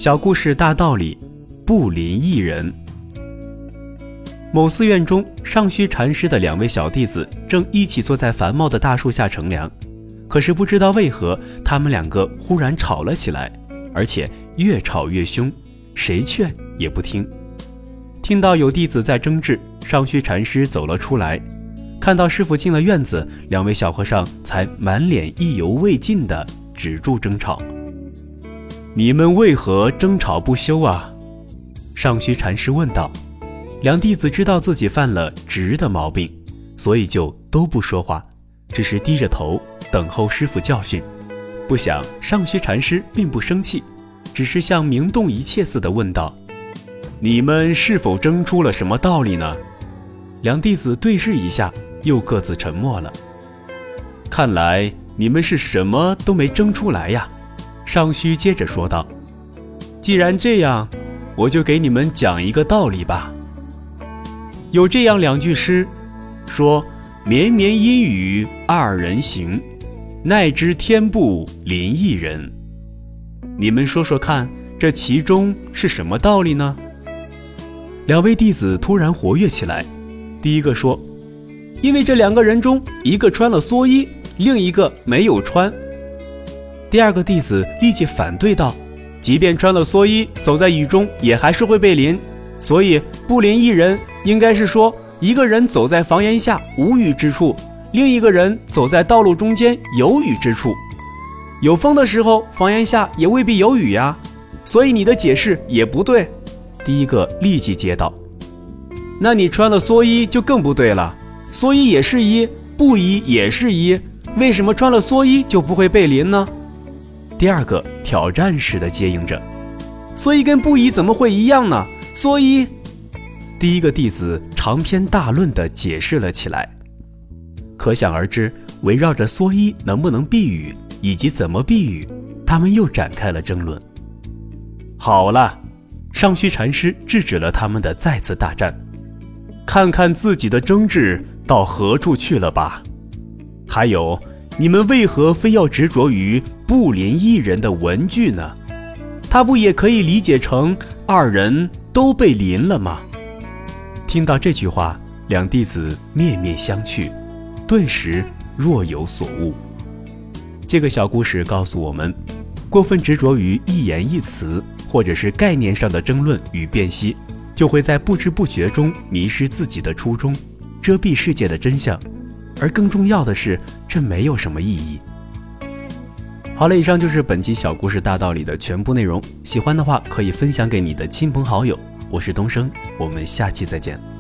小故事大道理，不临一人。某寺院中，上虚禅师的2位小弟子正一起坐在繁茂的大树下乘凉，可是不知道为何，他们2个忽然吵了起来，而且越吵越凶，谁劝也不听。听到有弟子在争执，上虚禅师走了出来，看到师父进了院子，2位小和尚才满脸意犹未尽地止住争吵。你们为何争吵不休啊？上虚禅师问道。2弟子知道自己犯了直的毛病，所以就都不说话，只是低着头等候师父教训。不想上虚禅师并不生气，只是像明洞一切似的问道：你们是否争出了什么道理呢？2弟子对视一下，又各自沉默了。看来你们是什么都没争出来呀。上虚接着说道，既然这样，我就给你们讲一个道理吧。有这样2句诗，说绵绵阴雨2人行，奈知天不临一人。你们说说看，这其中是什么道理呢？2位弟子突然活跃起来。第一个说，因为这2个人中，一个穿了蓑衣，另一个没有穿。第2个弟子立即反对道，即便穿了蓑衣，走在雨中也还是会被淋，所以不临一人应该是说，一个人走在房檐下无雨之处，另一个人走在道路中间有雨之处。有风的时候，房檐下也未必有雨呀，所以你的解释也不对。第一个立即接道，那你穿了蓑衣就更不对了，蓑衣也是衣，布衣也是衣，为什么穿了蓑衣就不会被淋呢？第2个挑战似的接应着，蓑衣跟布衣怎么会一样呢？蓑衣……第1个弟子长篇大论地解释了起来。可想而知，围绕着蓑衣能不能避雨，以及怎么避雨，他们又展开了争论。好了，上虚禅师制止了他们的再次大战。看看自己的争执到何处去了吧。还有，你们为何非要执着于不临一人的文句呢？它不也可以理解成2人都被淋了吗？听到这句话，2弟子面面相觑，顿时若有所悟。这个小故事告诉我们，过分执着于一言一词或者是概念上的争论与辨析，就会在不知不觉中迷失自己的初衷，遮蔽世界的真相，而更重要的是，这没有什么意义。好了，以上就是本期小故事大道理的全部内容，喜欢的话可以分享给你的亲朋好友。我是东升，我们下期再见。